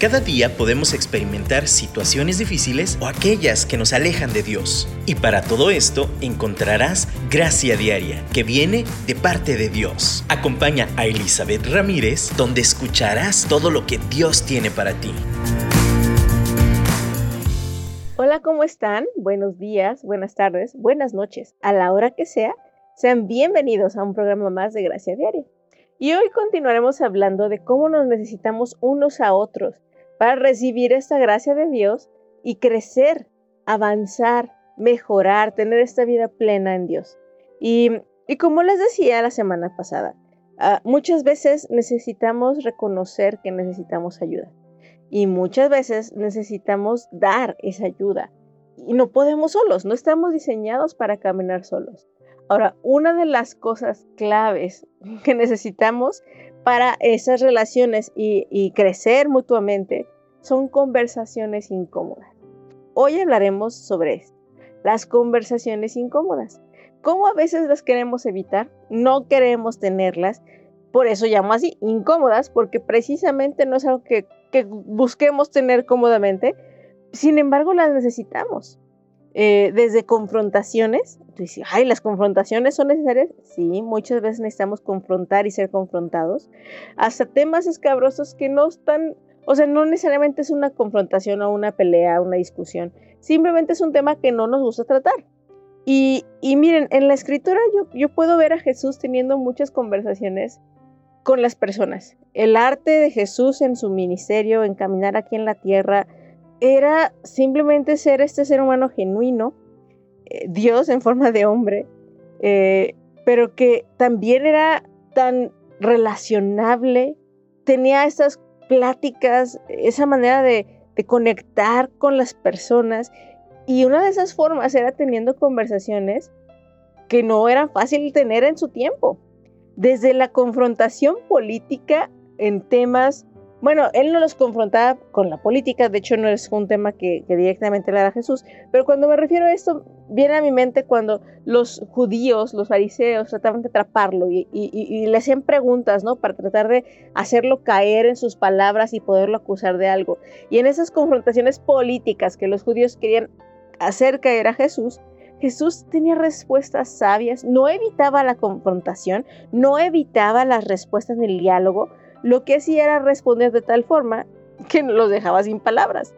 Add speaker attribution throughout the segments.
Speaker 1: Cada día podemos experimentar situaciones difíciles o aquellas que nos alejan de Dios. Y para todo esto encontrarás gracia diaria que viene de parte de Dios. Acompaña a Elizabeth Ramírez, donde escucharás todo lo que Dios tiene para ti.
Speaker 2: Hola, ¿cómo están? Buenos días, buenas tardes, buenas noches. A la hora que sea, sean bienvenidos a un programa más de Gracia Diaria. Y hoy continuaremos hablando de cómo nos necesitamos unos a otros para recibir esta gracia de Dios y crecer, avanzar, mejorar, tener esta vida plena en Dios. Y como les decía la semana pasada, muchas veces necesitamos reconocer que necesitamos ayuda. Y muchas veces necesitamos dar esa ayuda. Y no podemos solos, no estamos diseñados para caminar solos. Ahora, una de las cosas claves que necesitamos para esas relaciones y crecer mutuamente son conversaciones incómodas. Hoy hablaremos sobre esto, las conversaciones incómodas. ¿Cómo a veces las queremos evitar? No queremos tenerlas. Por eso llamo así, incómodas, porque precisamente no es algo que busquemos tener cómodamente. Sin embargo, las necesitamos. Desde confrontaciones, tú dices, ay, ¿las confrontaciones son necesarias? Sí, muchas veces necesitamos confrontar y ser confrontados. Hasta temas escabrosos que no están, no necesariamente es una confrontación o una pelea, una discusión. Simplemente es un tema que no nos gusta tratar. Y miren, en la escritura yo puedo ver a Jesús teniendo muchas conversaciones con las personas. El arte de Jesús en su ministerio, en caminar aquí en la tierra, era simplemente ser este ser humano genuino, Dios en forma de hombre, pero que también era tan relacionable, tenía estas pláticas, esa manera de conectar con las personas, y una de esas formas era teniendo conversaciones que no eran fáciles de tener en su tiempo. Desde la confrontación política en temas, él no los confrontaba con la política, de hecho no es un tema que directamente le era Jesús, pero cuando me refiero a esto, viene a mi mente cuando los judíos, los fariseos, trataban de atraparlo y le hacían preguntas, ¿no? Para tratar de hacerlo caer en sus palabras y poderlo acusar de algo. Y en esas confrontaciones políticas que los judíos querían hacer caer a Jesús tenía respuestas sabias, no evitaba la confrontación, no evitaba las respuestas en el diálogo, lo que hacía era responder de tal forma que los dejaba sin palabras.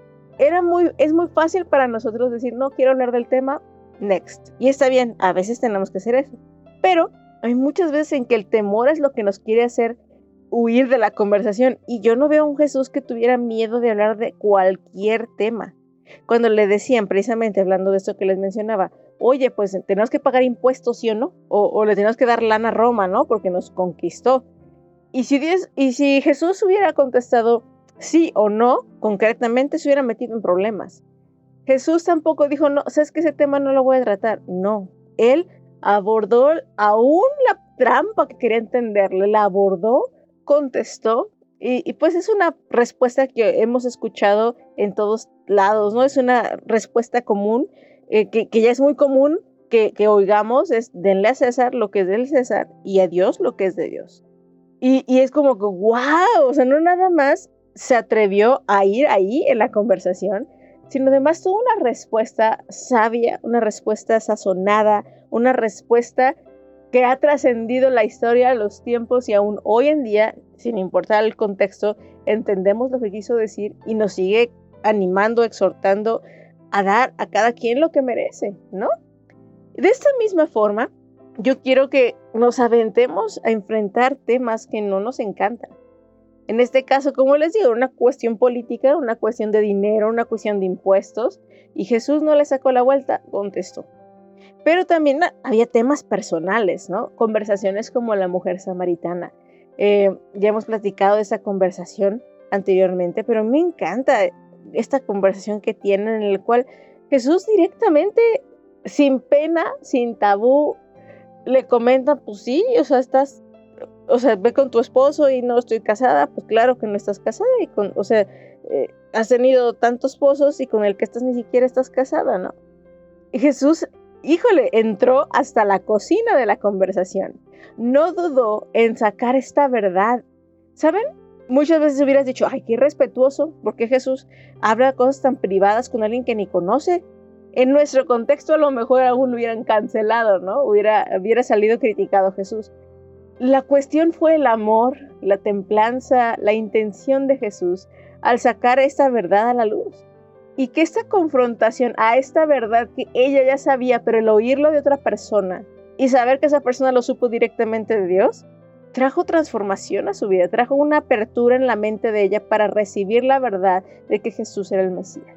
Speaker 2: Es muy fácil para nosotros decir, no quiero hablar del tema, next. Y está bien, a veces tenemos que hacer eso, pero hay muchas veces en que el temor es lo que nos quiere hacer huir de la conversación, y yo no veo a un Jesús que tuviera miedo de hablar de cualquier tema. Cuando le decían, precisamente hablando de esto que les mencionaba, oye, pues tenemos que pagar impuestos, ¿sí o no? O le tenemos que dar lana a Roma, ¿no? Porque nos conquistó. Y si Jesús hubiera contestado sí o no, concretamente se hubiera metido en problemas. Jesús tampoco dijo, no, sabes que ese tema no lo voy a tratar. No, él abordó aún la trampa que quería entenderle, la abordó, contestó, y pues es una respuesta que hemos escuchado en todos lados, ¿no? Es una respuesta común, que ya es muy común que oigamos, es denle a César lo que es del César y a Dios lo que es de Dios. Y es como que, wow, no nada más se atrevió a ir ahí en la conversación, sino además tuvo una respuesta sabia, una respuesta sazonada, una respuesta que ha trascendido la historia, los tiempos, y aún hoy en día, sin importar el contexto, entendemos lo que quiso decir y nos sigue animando, exhortando a dar a cada quien lo que merece, ¿no? De esta misma forma, yo quiero que nos aventemos a enfrentar temas que no nos encantan. En este caso, como les digo, una cuestión política, una cuestión de dinero, una cuestión de impuestos, y Jesús no le sacó la vuelta, contestó. Pero también había temas personales, ¿no? Conversaciones como la mujer samaritana. Ya hemos platicado de esa conversación anteriormente, pero me encanta esta conversación que tienen, en la cual Jesús directamente, sin pena, sin tabú, le comenta, pues sí, ve con tu esposo y no estoy casada, pues claro que no estás casada, has tenido tantos esposos y con el que estás ni siquiera estás casada, ¿no? Y Jesús, entró hasta la cocina de la conversación. No dudó en sacar esta verdad. ¿Saben? muchas veces hubieras dicho, ay, qué irrespetuoso, porque Jesús habla cosas tan privadas con alguien que ni conoce. En nuestro contexto a lo mejor aún lo hubieran cancelado, ¿no? Hubiera salido criticado Jesús. La cuestión fue el amor, la templanza, la intención de Jesús al sacar esta verdad a la luz. Y que esta confrontación a esta verdad que ella ya sabía, pero el oírlo de otra persona y saber que esa persona lo supo directamente de Dios, trajo transformación a su vida, trajo una apertura en la mente de ella para recibir la verdad de que Jesús era el Mesías.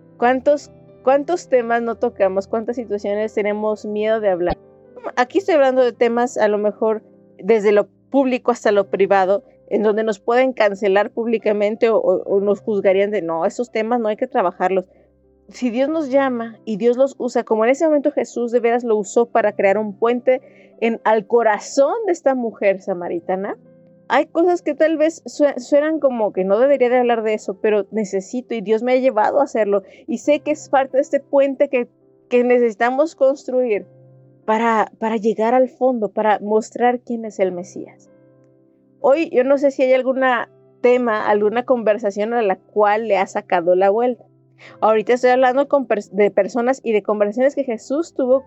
Speaker 2: ¿Cuántos temas no tocamos? ¿Cuántas situaciones tenemos miedo de hablar? Aquí estoy hablando de temas a lo mejor desde lo público hasta lo privado, en donde nos pueden cancelar públicamente o nos juzgarían de no, esos temas no hay que trabajarlos. Si Dios nos llama y Dios los usa, como en ese momento Jesús de veras lo usó para crear un puente al corazón de esta mujer samaritana, hay cosas que tal vez suenan como que no debería de hablar de eso, pero necesito y Dios me ha llevado a hacerlo y sé que es parte de este puente que necesitamos construir para llegar al fondo, para mostrar quién es el Mesías. Hoy yo no sé si hay alguna conversación a la cual le ha sacado la vuelta. Ahorita estoy hablando de personas y de conversaciones que Jesús tuvo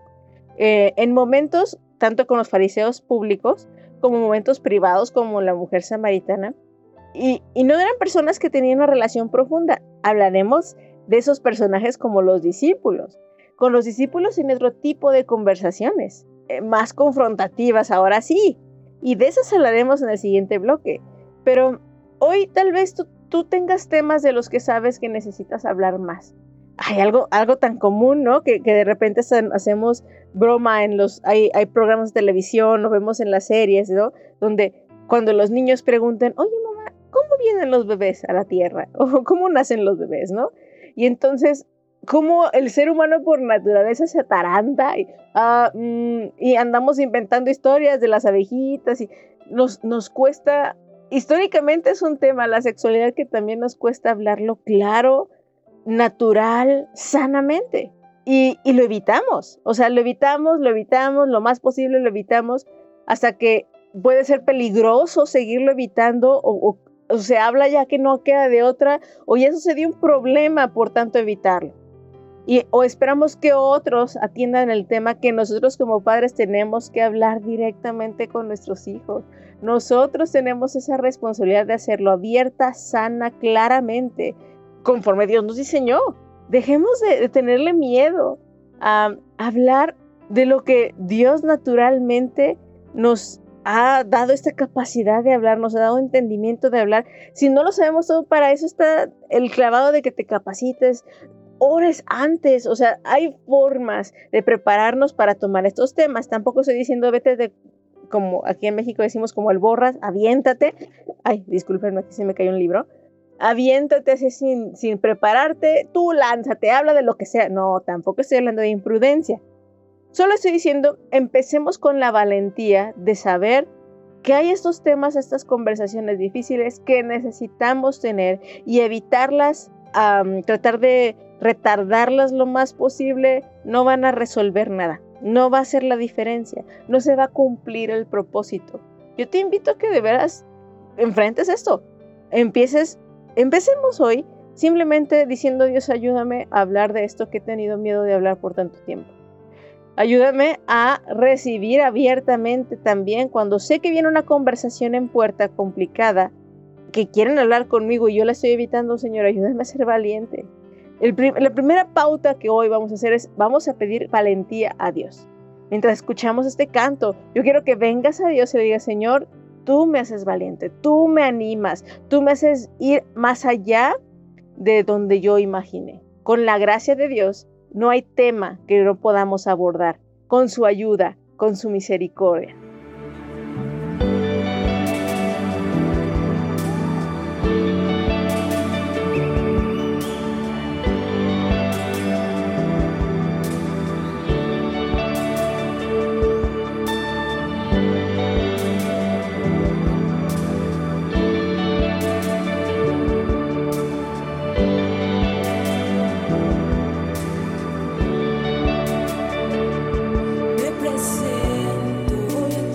Speaker 2: en momentos, tanto con los fariseos públicos, como momentos privados, como la mujer samaritana. Y no eran personas que tenían una relación profunda. Hablaremos de esos personajes como los discípulos. Con los discípulos en otro tipo de conversaciones, más confrontativas, ahora sí. Y de esas hablaremos en el siguiente bloque. Pero hoy tal vez tú tengas temas de los que sabes que necesitas hablar más. Hay algo tan común, ¿no? Que de repente hacemos broma hay programas de televisión, lo vemos en las series, ¿no? Donde cuando los niños preguntan, oye mamá, ¿cómo vienen los bebés a la tierra? O ¿cómo nacen los bebés, no? Y entonces, ¿cómo el ser humano por naturaleza se ataranta? Y andamos inventando historias de las abejitas y nos cuesta. Históricamente es un tema, la sexualidad, que también nos cuesta hablarlo claro, natural, sanamente. Y lo evitamos. O sea, lo evitamos, lo más posible lo evitamos, hasta que puede ser peligroso seguirlo evitando o se habla ya que no queda de otra, o ya sucedió un problema por tanto evitarlo. O esperamos que otros atiendan el tema que nosotros como padres tenemos que hablar directamente con nuestros hijos. Nosotros tenemos esa responsabilidad de hacerlo abierta, sana, claramente, conforme Dios nos diseñó. Dejemos de tenerle miedo a hablar de lo que Dios naturalmente nos ha dado esta capacidad de hablar, nos ha dado entendimiento de hablar. Si no lo sabemos todo, para eso está el clavado de que te capacites, ores antes. O sea, hay formas de prepararnos para tomar estos temas. Tampoco estoy diciendo como aquí en México decimos como el borras, aviéntate. Ay, discúlpenme, aquí se me cayó un libro. Aviéntate así sin prepararte, tú lánzate, habla de lo que sea. No, tampoco estoy hablando de imprudencia. Solo estoy diciendo, empecemos con la valentía de saber que hay estos temas, estas conversaciones difíciles que necesitamos tener y evitarlas, tratar de retardarlas lo más posible. No van a resolver nada, no va a ser la diferencia, no se va a cumplir el propósito. Yo te invito a que de veras enfrentes esto. Empecemos hoy simplemente diciendo, Dios, ayúdame a hablar de esto que he tenido miedo de hablar por tanto tiempo. Ayúdame a recibir abiertamente también cuando sé que viene una conversación en puerta complicada, que quieren hablar conmigo y yo la estoy evitando. Señor, ayúdame a ser valiente. La primera pauta que hoy vamos a hacer es, vamos a pedir valentía a Dios. Mientras escuchamos este canto, yo quiero que vengas a Dios y le digas, Señor, tú me haces valiente, tú me animas, tú me haces ir más allá de donde yo imaginé. Con la gracia de Dios, no hay tema que no podamos abordar, con su ayuda, con su misericordia.
Speaker 3: Me presento hoy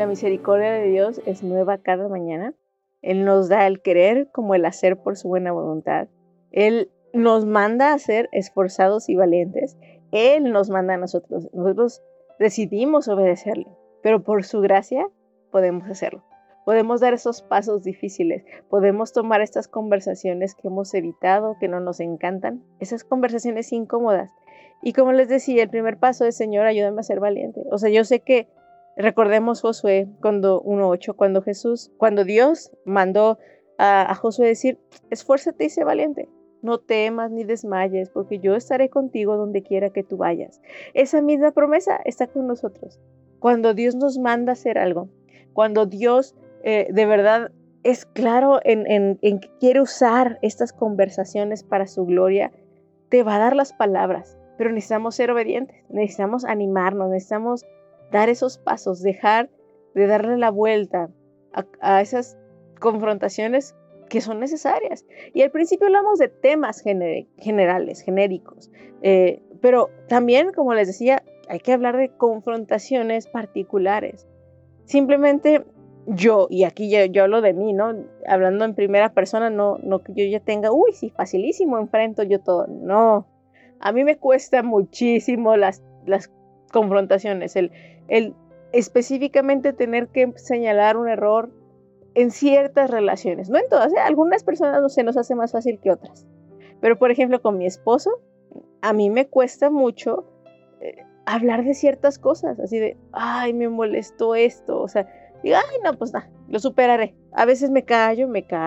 Speaker 2: la misericordia de Dios es nueva cada mañana. Él nos da el querer como el hacer por su buena voluntad. Él nos manda a ser esforzados y valientes. Él nos manda a nosotros. Nosotros decidimos obedecerle, pero por su gracia podemos hacerlo. Podemos dar esos pasos difíciles. Podemos tomar estas conversaciones que hemos evitado, que no nos encantan. Esas conversaciones incómodas. Y como les decía, el primer paso es, Señor, ayúdame a ser valiente. O sea, yo sé que recordemos Josué 1:8, cuando Dios mandó a Josué decir, esfuérzate y sé valiente. No temas ni desmayes, porque yo estaré contigo donde quiera que tú vayas. Esa misma promesa está con nosotros. Cuando Dios nos manda a hacer algo, cuando Dios de verdad es claro en que quiere usar estas conversaciones para su gloria, te va a dar las palabras, pero necesitamos ser obedientes, necesitamos animarnos, necesitamos dar esos pasos, dejar de darle la vuelta a esas confrontaciones que son necesarias. Y al principio hablamos de temas generales, genéricos, pero también, como les decía, hay que hablar de confrontaciones particulares. Simplemente yo, y aquí yo hablo de mí, ¿no? Hablando en primera persona, no que yo ya tenga, sí, facilísimo, enfrento yo todo. No, a mí me cuesta muchísimo las confrontaciones, el específicamente tener que señalar un error en ciertas relaciones, no en todas, algunas personas no se nos hace más fácil que otras, pero por ejemplo con mi esposo, a mí me cuesta mucho hablar de ciertas cosas, así de, me molestó esto, o sea, digo, no, pues nada, lo superaré. A veces me callo,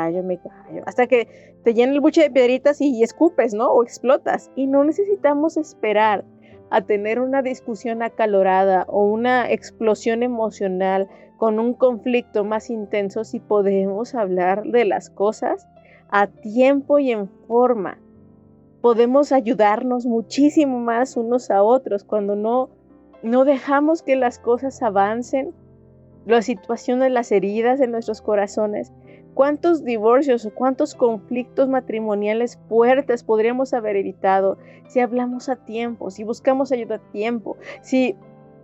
Speaker 2: hasta que te llena el buche de piedritas y escupes, ¿no? O explotas. Y no necesitamos esperar a tener una discusión acalorada o una explosión emocional con un conflicto más intenso si podemos hablar de las cosas a tiempo y en forma. Podemos ayudarnos muchísimo más unos a otros cuando no dejamos que las cosas avancen, las situaciones, las heridas en nuestros corazones. ¿Cuántos divorcios o cuántos conflictos matrimoniales fuertes podríamos haber evitado si hablamos a tiempo, si buscamos ayuda a tiempo, si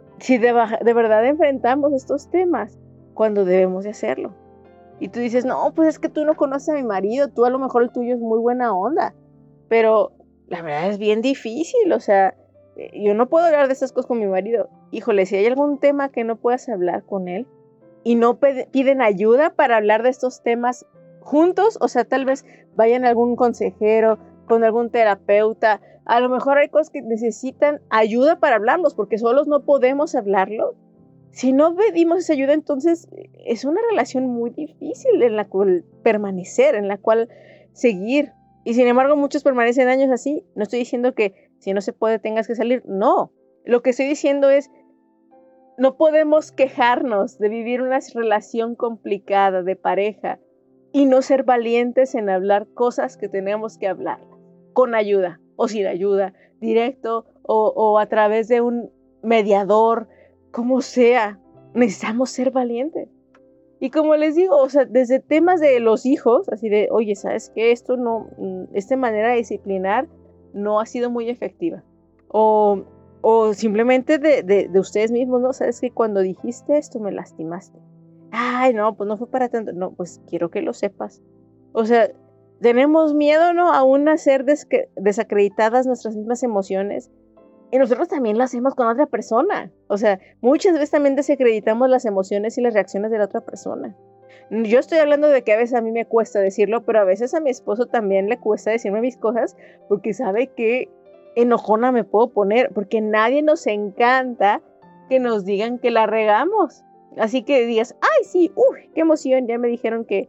Speaker 2: de verdad enfrentamos estos temas cuando debemos de hacerlo? Y tú dices, no, pues es que tú no conoces a mi marido, tú a lo mejor el tuyo es muy buena onda, pero la verdad es bien difícil, o sea, yo no puedo hablar de esas cosas con mi marido. Híjole, si hay algún tema que no puedas hablar con él y no piden ayuda para hablar de estos temas juntos, o sea, tal vez vayan a algún consejero, con algún terapeuta, a lo mejor hay cosas que necesitan ayuda para hablarlos, porque solos no podemos hablarlo. Si no pedimos esa ayuda, entonces es una relación muy difícil en la cual permanecer, en la cual seguir. Y sin embargo, muchos permanecen años así. No estoy diciendo que si no se puede tengas que salir. No, lo que estoy diciendo es, no podemos quejarnos de vivir una relación complicada de pareja y no ser valientes en hablar cosas que tenemos que hablar, con ayuda o sin ayuda, directo o a través de un mediador, como sea. Necesitamos ser valientes. Y como les digo, o sea, desde temas de los hijos, así de, oye, ¿sabes qué? Esta manera de disciplinar no ha sido muy efectiva. O simplemente de ustedes mismos, ¿no? ¿Sabes qué? Cuando dijiste esto me lastimaste. No, pues no fue para tanto. No, pues quiero que lo sepas. O sea, tenemos miedo, ¿no? Aún a ser desacreditadas nuestras mismas emociones. Y nosotros también lo hacemos con otra persona. O sea, muchas veces también desacreditamos las emociones y las reacciones de la otra persona. Yo estoy hablando de que a veces a mí me cuesta decirlo, pero a veces a mi esposo también le cuesta decirme mis cosas porque sabe que enojona me puedo poner, porque nadie nos encanta que nos digan que la regamos. Así que digas, sí, qué emoción, ya me dijeron que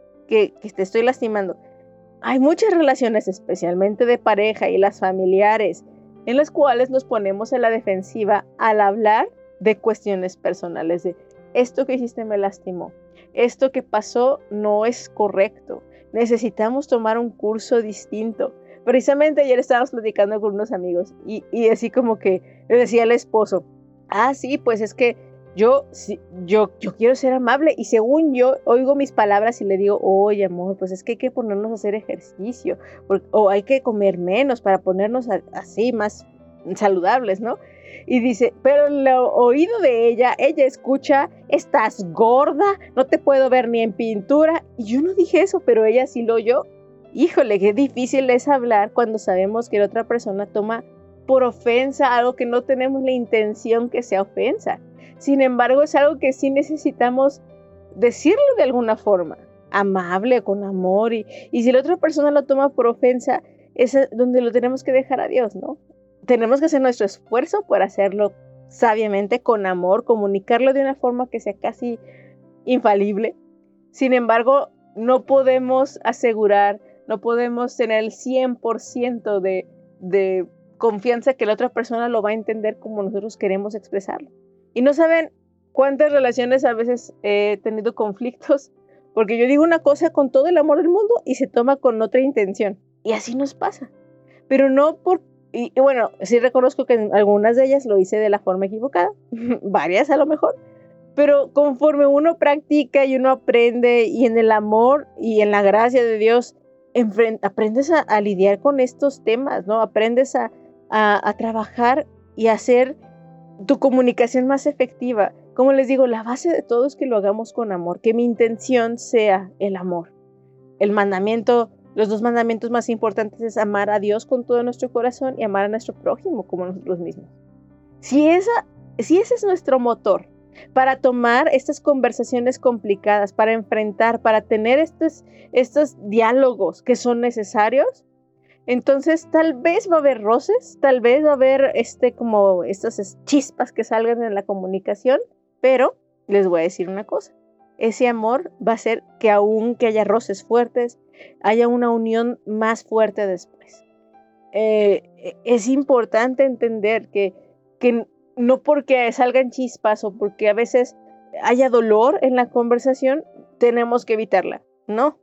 Speaker 2: te estoy lastimando. Hay muchas relaciones, especialmente de pareja y las familiares, en las cuales nos ponemos en la defensiva al hablar de cuestiones personales, de esto que hiciste me lastimó, esto que pasó no es correcto, necesitamos tomar un curso distinto. Precisamente ayer estábamos platicando con unos amigos y así como que le decía al esposo, sí, pues es que yo quiero ser amable y según yo oigo mis palabras y le digo, oye amor, pues es que hay que ponernos a hacer ejercicio o hay que comer menos para ponernos así más saludables, ¿no? Y dice, pero en el oído de ella escucha, estás gorda, no te puedo ver ni en pintura. Y yo no dije eso, pero ella sí lo oyó. Híjole, qué difícil es hablar cuando sabemos que la otra persona toma por ofensa algo que no tenemos la intención que sea ofensa. Sin embargo, es algo que sí necesitamos decirlo de alguna forma, amable, con amor. Y si la otra persona lo toma por ofensa, es donde lo tenemos que dejar a Dios, ¿no? Tenemos que hacer nuestro esfuerzo por hacerlo sabiamente, con amor, comunicarlo de una forma que sea casi infalible. Sin embargo, no podemos asegurar, no podemos tener el 100% de confianza que la otra persona lo va a entender como nosotros queremos expresarlo. Y no saben cuántas relaciones a veces he tenido conflictos, porque yo digo una cosa con todo el amor del mundo y se toma con otra intención. Y así nos pasa. Pero no por... Y bueno, sí reconozco que en algunas de ellas lo hice de la forma equivocada, varias a lo mejor, pero conforme uno practica y uno aprende, y en el amor y en la gracia de Dios, aprendes a lidiar con estos temas, ¿no? Aprendes a trabajar y a hacer tu comunicación más efectiva. Como les digo, la base de todo es que lo hagamos con amor, que mi intención sea el amor. Los 2 mandamientos más importantes es amar a Dios con todo nuestro corazón y amar a nuestro prójimo como nosotros mismos. Si ese es nuestro motor para tomar estas conversaciones complicadas, para enfrentar, para tener estos diálogos que son necesarios, entonces tal vez va a haber roces, tal vez va a haber como estas chispas que salgan en la comunicación, pero les voy a decir una cosa. Ese amor va a hacer que aunque haya roces fuertes, haya una unión más fuerte después. Es importante entender que no porque salgan chispas o porque a veces haya dolor en la conversación, tenemos que evitarla. No.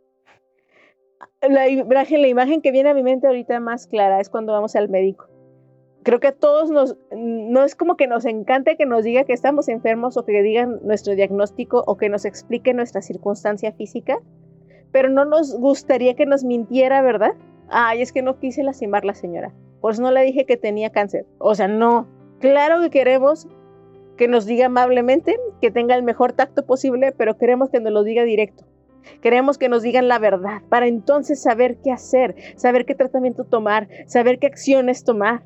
Speaker 2: La imagen que viene a mi mente ahorita más clara es cuando vamos al médico. Creo que a todos no es como que nos encante que nos diga que estamos enfermos o que digan nuestro diagnóstico o que nos explique nuestra circunstancia física, pero no nos gustaría que nos mintiera, ¿verdad? Ay, es que no quise lastimar a la señora, por eso no le dije que tenía cáncer. O sea, no. Claro que queremos que nos diga amablemente, que tenga el mejor tacto posible, pero queremos que nos lo diga directo. Queremos que nos digan la verdad, para entonces saber qué hacer, saber qué tratamiento tomar, saber qué acciones tomar.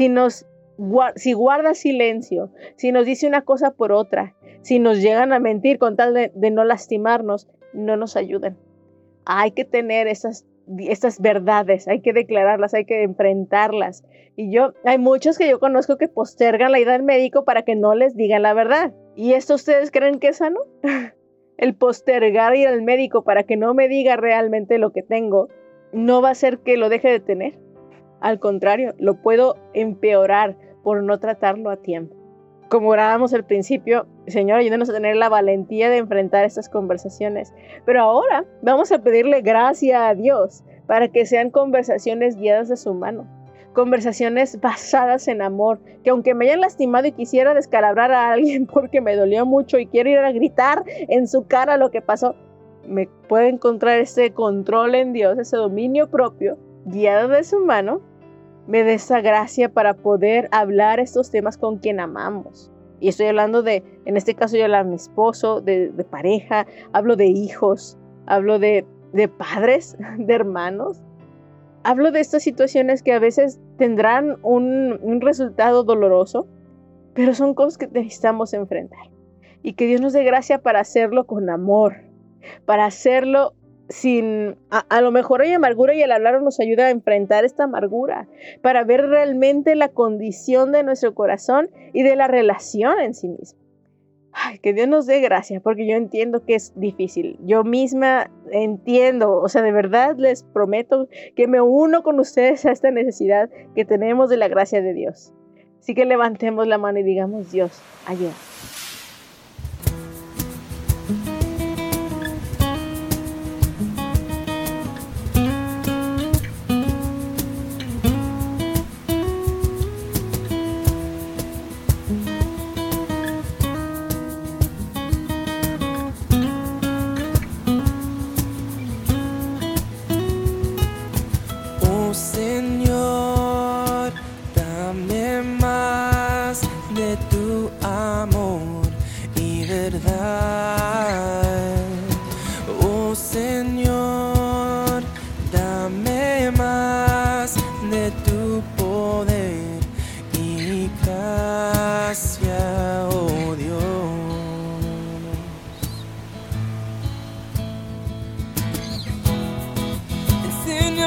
Speaker 2: Si guarda silencio, si nos dice una cosa por otra, si nos llegan a mentir con tal de no lastimarnos, no nos ayudan. Hay que tener estas verdades, hay que declararlas, hay que enfrentarlas. Y hay muchos que yo conozco que postergan la ida al médico para que no les digan la verdad. ¿Y esto ustedes creen que es sano? El postergar ir al médico para que no me diga realmente lo que tengo, no va a hacer que lo deje de tener. Al contrario, lo puedo empeorar por no tratarlo a tiempo. Como orábamos al principio, Señor, ayúdanos a tener la valentía de enfrentar estas conversaciones. Pero ahora vamos a pedirle gracia a Dios para que sean conversaciones guiadas de su mano. Conversaciones basadas en amor, que aunque me hayan lastimado y quisiera descalabrar a alguien porque me dolió mucho y quiero ir a gritar en su cara lo que pasó, me puedo encontrar ese control en Dios, ese dominio propio, guiado de su mano, me dé esa gracia para poder hablar estos temas con quien amamos. Y estoy hablando en este caso yo hablo de mi esposo, de pareja, hablo de hijos, hablo de padres, de hermanos. Hablo de estas situaciones que a veces tendrán un resultado doloroso, pero son cosas que necesitamos enfrentar. Y que Dios nos dé gracia para hacerlo con amor, para hacerlo sin... A lo mejor hay amargura y el hablar nos ayuda a enfrentar esta amargura, para ver realmente la condición de nuestro corazón y de la relación en sí misma. Ay, que Dios nos dé gracia, porque yo entiendo que es difícil. Yo misma entiendo, o sea, de verdad les prometo que me uno con ustedes a esta necesidad que tenemos de la gracia de Dios. Así que levantemos la mano y digamos, Dios, ayuda.
Speaker 3: Señor, dame más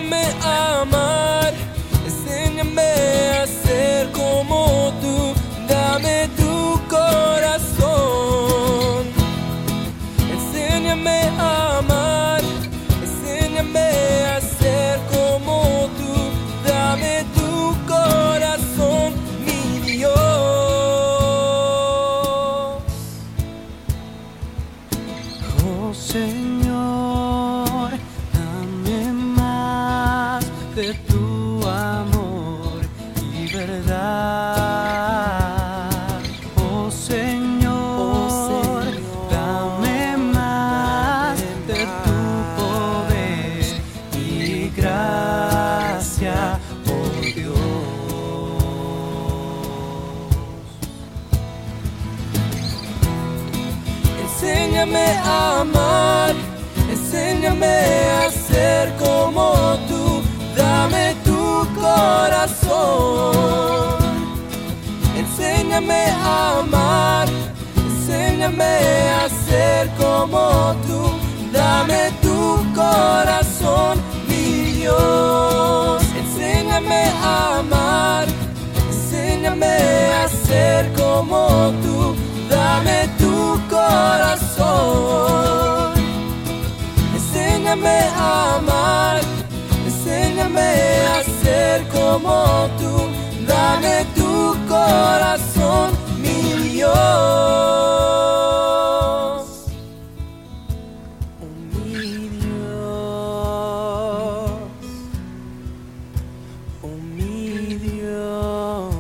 Speaker 3: Enséñame a amar, enséñame a ser como tú. Dame tu corazón. Enséñame a amar, enséñame a ser como tú. Dame tu corazón, mi Dios. Oh Señor, dame más de tu amor y verdad. Oh Señor, dame más de tu poder y gracia, oh Dios. Enséñame a amar, enséñame a ser como tú. Dame tu corazón. Enséñame a amar, enséñame a ser como tú. Dame tu corazón, mi Dios. Enséñame a amar, enséñame a ser como tú. Dame tu corazón. Enséñame a amar, enséñame a ser como tú. Dame tu corazón, mi Dios. Oh, mi Dios. Oh, mi Dios.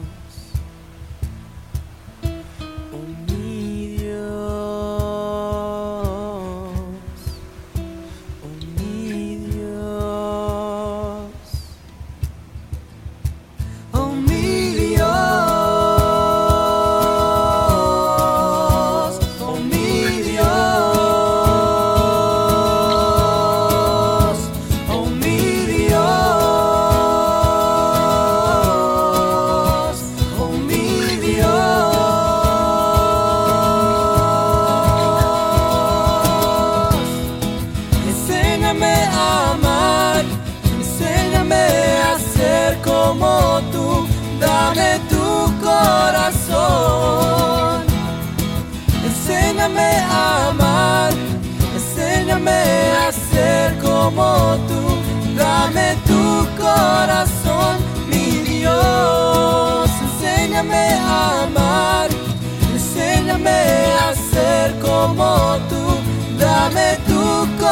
Speaker 3: Oh, mi Dios. Oh, mi Dios. Oh, mi Dios. Oh, mi Dios. Oh, mi Dios. Oh, mi Dios. Enséñame a amar, enséñame a ser como tú. Dame tu corazón. Enséñame a amar, enséñame a ser como tú. Dame tu corazón, mi Dios. Enséñame a amar, enséñame a ser como tú. Dame tu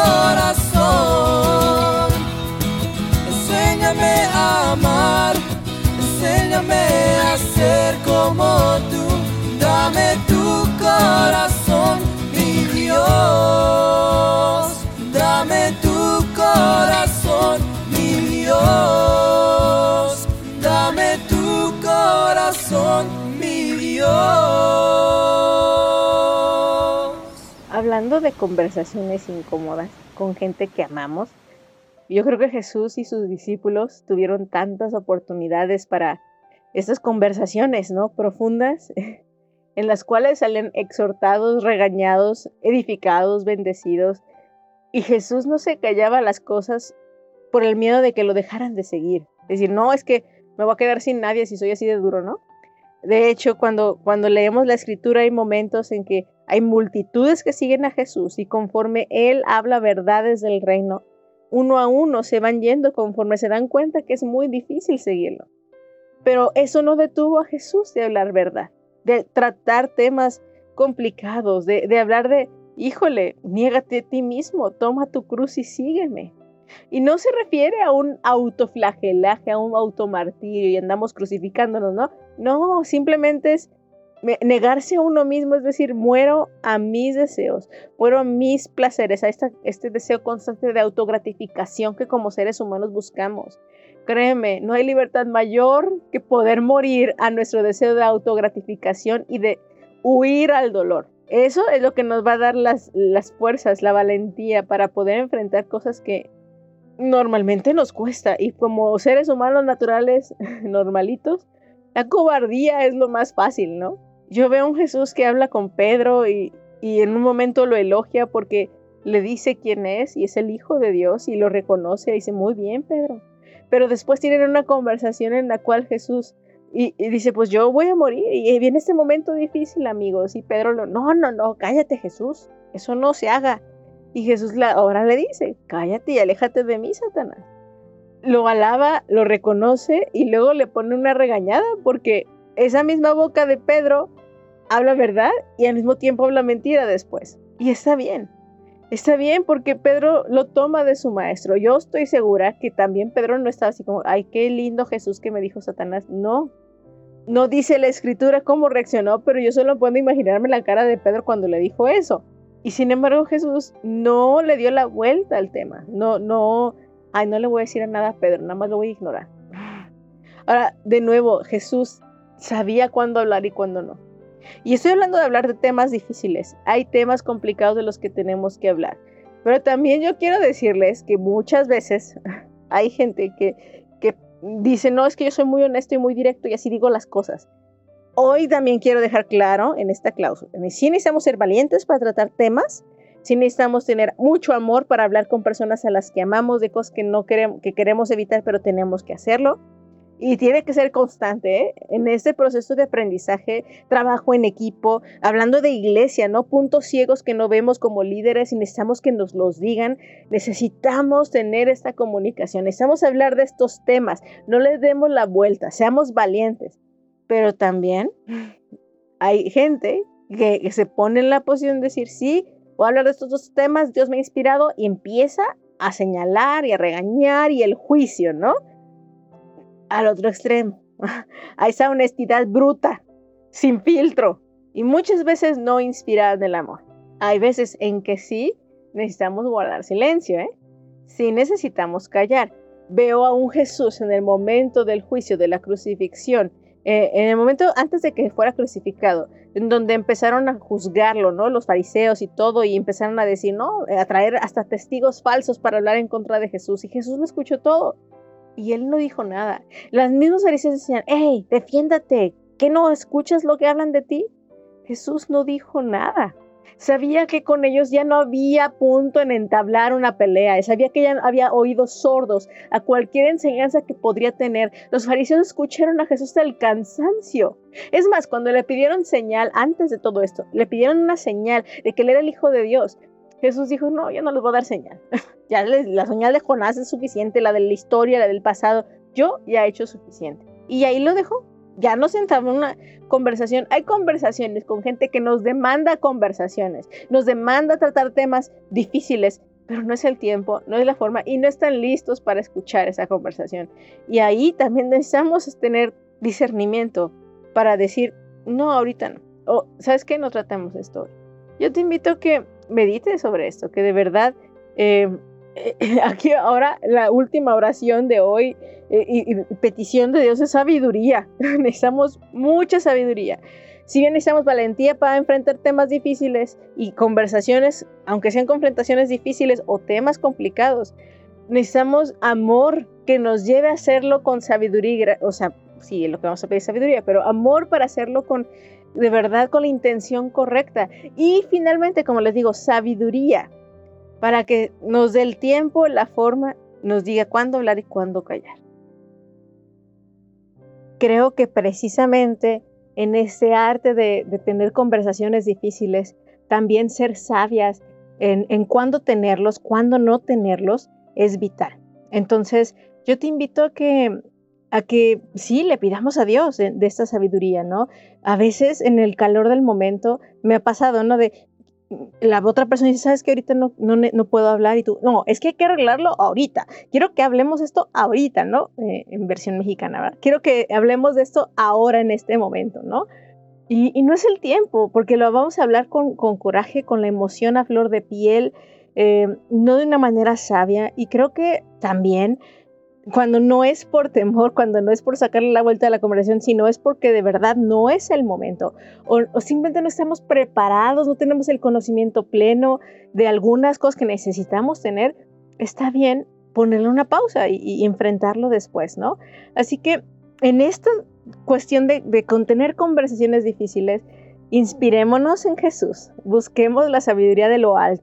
Speaker 3: corazón. Enséñame a amar, enséñame a ser como tú. Dame tu corazón, mi Dios. Dame tu corazón, mi Dios. Dame tu corazón, mi Dios.
Speaker 2: Hablando de conversaciones incómodas con gente que amamos, yo creo que Jesús y sus discípulos tuvieron tantas oportunidades para estas conversaciones, ¿no? Profundas, en las cuales salen exhortados, regañados, edificados, bendecidos. Y Jesús no se callaba las cosas por el miedo de que lo dejaran de seguir. Decir, no, es que me voy a quedar sin nadie si soy así de duro, ¿no? De hecho, cuando leemos la Escritura hay momentos en que hay multitudes que siguen a Jesús y conforme Él habla verdades del reino, uno a uno se van yendo conforme se dan cuenta que es muy difícil seguirlo. Pero eso no detuvo a Jesús de hablar verdad, de tratar temas complicados, de hablar de, híjole, niégate a ti mismo, toma tu cruz y sígueme. Y no se refiere a un autoflagelaje, a un automartirio y andamos crucificándonos, ¿no? No, simplemente es negarse a uno mismo, es decir, muero a mis deseos, muero a mis placeres, a este deseo constante de autogratificación que como seres humanos buscamos. Créeme, no hay libertad mayor que poder morir a nuestro deseo de autogratificación y de huir al dolor. Eso es lo que nos va a dar las fuerzas, la valentía para poder enfrentar cosas que normalmente nos cuesta. Y como seres humanos naturales normalitos, la cobardía es lo más fácil, ¿no? Yo veo a un Jesús que habla con Pedro y en un momento lo elogia porque le dice quién es y es el Hijo de Dios y lo reconoce y dice, muy bien, Pedro. Pero después tienen una conversación en la cual Jesús y dice, pues yo voy a morir y viene este momento difícil, amigos. Y Pedro no, cállate, Jesús, eso no se haga. Y Jesús ahora le dice, cállate y aléjate de mí, Satanás. Lo alaba, lo reconoce y luego le pone una regañada porque esa misma boca de Pedro habla verdad y al mismo tiempo habla mentira después. Y está bien porque Pedro lo toma de su maestro. Yo estoy segura que también Pedro no estaba así como, ay, qué lindo Jesús que me dijo Satanás. No dice la escritura cómo reaccionó, pero yo solo puedo imaginarme la cara de Pedro cuando le dijo eso. Y sin embargo Jesús no le dio la vuelta al tema. No le voy a decir nada a Pedro, nada más lo voy a ignorar. Ahora, de nuevo, Jesús sabía cuándo hablar y cuándo no. Y estoy hablando de hablar de temas difíciles. Hay temas complicados de los que tenemos que hablar. Pero también yo quiero decirles que muchas veces hay gente que dice, no, es que yo soy muy honesto y muy directo y así digo las cosas. Hoy también quiero dejar claro en esta cláusula, sí necesitamos ser valientes para tratar temas, sí necesitamos tener mucho amor para hablar con personas a las que amamos de cosas que queremos evitar, pero tenemos que hacerlo. Y tiene que ser constante, ¿eh? En este proceso de aprendizaje, trabajo en equipo, hablando de iglesia, ¿no? Puntos ciegos que no vemos como líderes y necesitamos que nos los digan. Necesitamos tener esta comunicación, necesitamos hablar de estos temas. No les demos la vuelta, seamos valientes. Pero también hay gente que se pone en la posición de decir, sí, voy a hablar de estos dos temas, Dios me ha inspirado, y empieza a señalar y a regañar y el juicio, ¿no? Al otro extremo, a esa honestidad bruta, sin filtro, y muchas veces no inspirada en el amor. Hay veces en que sí necesitamos guardar silencio, sí necesitamos callar. Veo a un Jesús en el momento del juicio, de la crucifixión, en el momento antes de que fuera crucificado, en donde empezaron a juzgarlo, ¿no? Los fariseos y todo, y empezaron a decir, ¿no? A traer hasta testigos falsos para hablar en contra de Jesús, y Jesús lo escuchó todo. Y él no dijo nada. Los mismos fariseos decían, hey, defiéndate, ¿qué no escuchas lo que hablan de ti? Jesús no dijo nada. Sabía que con ellos ya no había punto en entablar una pelea. Sabía que ya había oídos sordos a cualquier enseñanza que podría tener. Los fariseos escucharon a Jesús hasta el cansancio. Es más, cuando le pidieron señal, antes de todo esto, le pidieron una señal de que él era el Hijo de Dios. Jesús dijo, no, yo no les voy a dar señal. Ya la señal de Jonás es suficiente, la de la historia, la del pasado. Yo ya he hecho suficiente. Y ahí lo dejó. Ya no se entabló una conversación. Hay conversaciones con gente que nos demanda conversaciones, nos demanda tratar temas difíciles, pero no es el tiempo, no es la forma y no están listos para escuchar esa conversación. Y ahí también necesitamos tener discernimiento para decir, no, ahorita no. O, ¿sabes qué? No tratamos esto hoy. Yo te invito a que medites sobre esto, que de verdad, aquí ahora la última oración de hoy y petición de Dios es sabiduría. Necesitamos mucha sabiduría. Si bien necesitamos valentía para enfrentar temas difíciles y conversaciones, aunque sean confrontaciones difíciles o temas complicados, necesitamos amor que nos lleve a hacerlo con sabiduría. O sea, sí, lo que vamos a pedir es sabiduría, pero amor para hacerlo de verdad con la intención correcta. Y finalmente, como les digo, sabiduría para que nos dé el tiempo, la forma, nos diga cuándo hablar y cuándo callar. Creo que precisamente en ese arte de tener conversaciones difíciles, también ser sabias en cuándo tenerlos, cuándo no tenerlos, es vital. Entonces, yo te invito a que sí, le pidamos a Dios de esta sabiduría, ¿no? A veces en el calor del momento me ha pasado, ¿no? De la otra persona dice, ¿sabes qué? Ahorita no puedo hablar y tú, no, es que hay que arreglarlo ahorita. Quiero que hablemos esto ahorita, ¿no? En versión mexicana, ¿verdad? Quiero que hablemos de esto ahora en este momento, ¿no? Y no es el tiempo, porque lo vamos a hablar con coraje, con la emoción a flor de piel, no de una manera sabia. Y creo que también cuando no es por temor, cuando no es por sacarle la vuelta a la conversación, sino es porque de verdad no es el momento o simplemente no estamos preparados, no tenemos el conocimiento pleno de algunas cosas que necesitamos tener, está bien ponerle una pausa y enfrentarlo después, ¿no? Así que en esta cuestión de contener conversaciones difíciles, inspirémonos en Jesús, busquemos la sabiduría de lo alto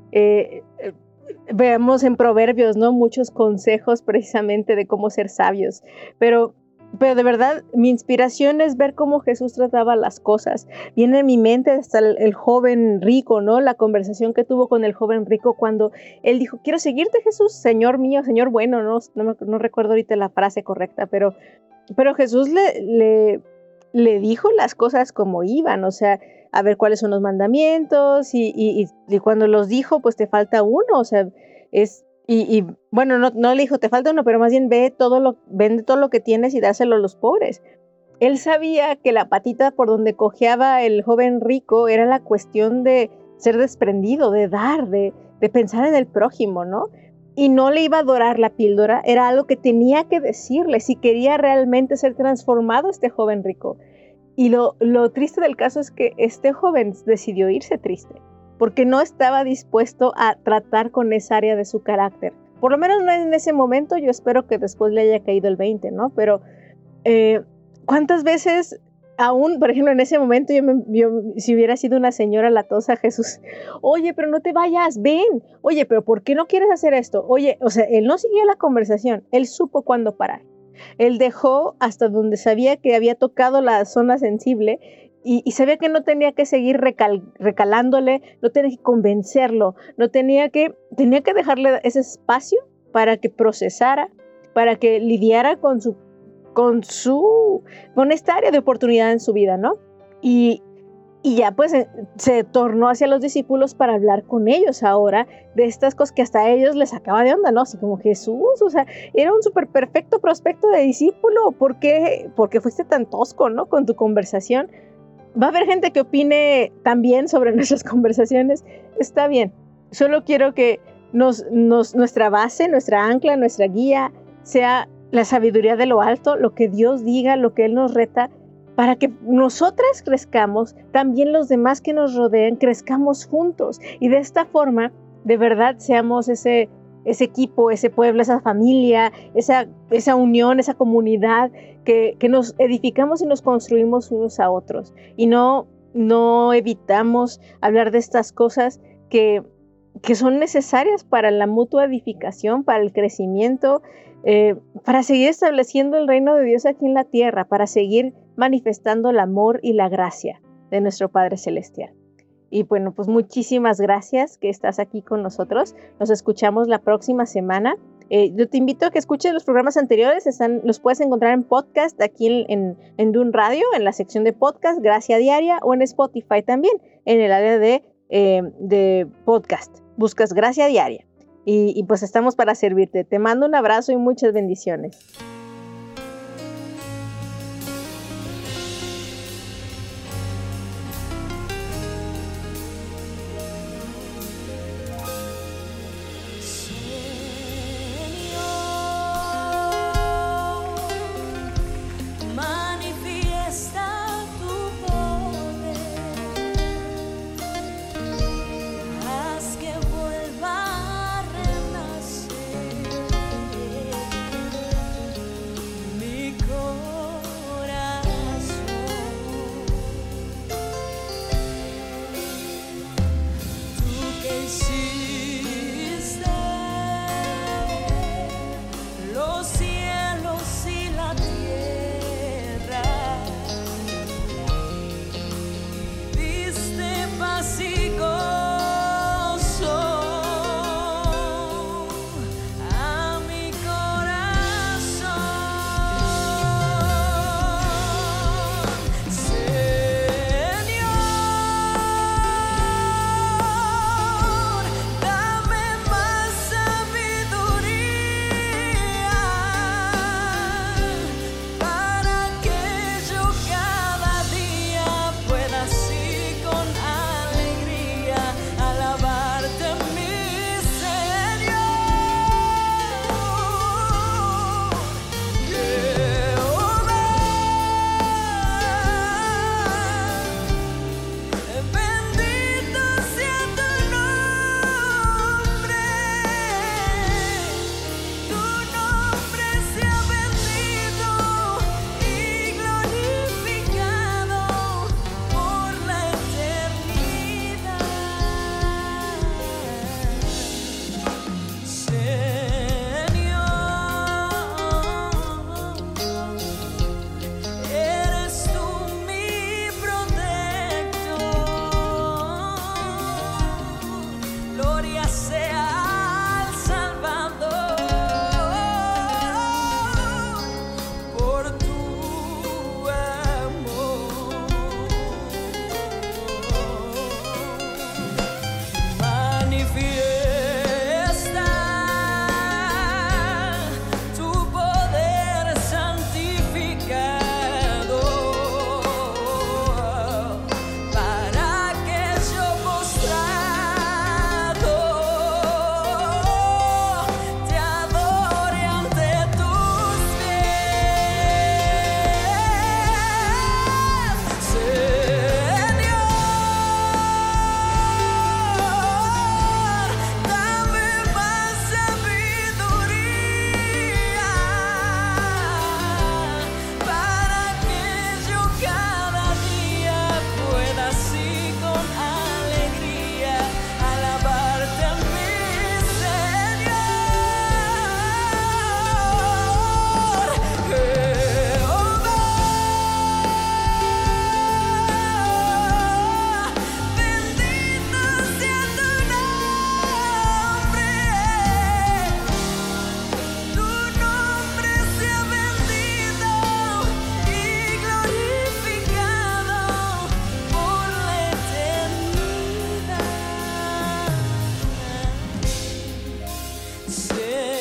Speaker 2: Veamos en Proverbios, ¿no? Muchos consejos precisamente de cómo ser sabios, pero de verdad mi inspiración es ver cómo Jesús trataba las cosas. Viene en mi mente hasta el joven rico, ¿no? La conversación que tuvo con el joven rico cuando él dijo, quiero seguirte, Jesús, Señor mío, Señor bueno, no recuerdo ahorita la frase correcta, pero Jesús le dijo las cosas como iban, o sea, a ver cuáles son los mandamientos y cuando los dijo, pues te falta uno, o sea, bueno, no le dijo te falta uno, pero más bien vende todo lo que tienes y dáselo a los pobres. Él sabía que la patita por donde cojeaba el joven rico era la cuestión de ser desprendido, de dar, de pensar en el prójimo, ¿no? Y no le iba a dorar la píldora, era algo que tenía que decirle si quería realmente ser transformado este joven rico. Y lo triste del caso es que este joven decidió irse triste, porque no estaba dispuesto a tratar con esa área de su carácter. Por lo menos no en ese momento, yo espero que después le haya caído el 20, ¿no? Pero ¿cuántas veces aún, por ejemplo, en ese momento yo si hubiera sido una señora latosa, Jesús, oye, pero no te vayas, ven, oye, pero ¿por qué no quieres hacer esto? Oye, o sea, él no siguió la conversación, él supo cuándo parar. Él dejó hasta donde sabía que había tocado la zona sensible y sabía que no tenía que seguir recalándole, no tenía que convencerlo, tenía que dejarle ese espacio para que procesara, para que lidiara con esta área de oportunidad en su vida, ¿no? Y ya pues se tornó hacia los discípulos para hablar con ellos ahora de estas cosas que hasta a ellos les sacaba de onda, ¿no? Así como Jesús, o sea, era un súper perfecto prospecto de discípulo, ¿por qué fuiste tan tosco, ¿no? Con tu conversación. Va a haber gente que opine también sobre nuestras conversaciones, está bien. Solo quiero que nuestra base, nuestra ancla, nuestra guía sea la sabiduría de lo alto, lo que Dios diga, lo que Él nos reta, para que nosotras crezcamos, también los demás que nos rodeen crezcamos juntos. Y de esta forma, de verdad, seamos ese equipo, ese pueblo, esa familia, esa unión, esa comunidad que nos edificamos y nos construimos unos a otros. Y no evitamos hablar de estas cosas que son necesarias para la mutua edificación, para el crecimiento, para seguir estableciendo el reino de Dios aquí en la tierra, para seguir manifestando el amor y la gracia de nuestro Padre Celestial. Y bueno, pues muchísimas gracias que estás aquí con nosotros. Nos escuchamos la próxima semana. Yo te invito a que escuches los programas anteriores. Los puedes encontrar en podcast aquí en Dun Radio, en la sección de podcast, Gracia Diaria, o en Spotify también, en el área de podcast. Buscas Gracia Diaria. Y pues estamos para servirte. Te mando un abrazo y muchas bendiciones.
Speaker 3: Siempre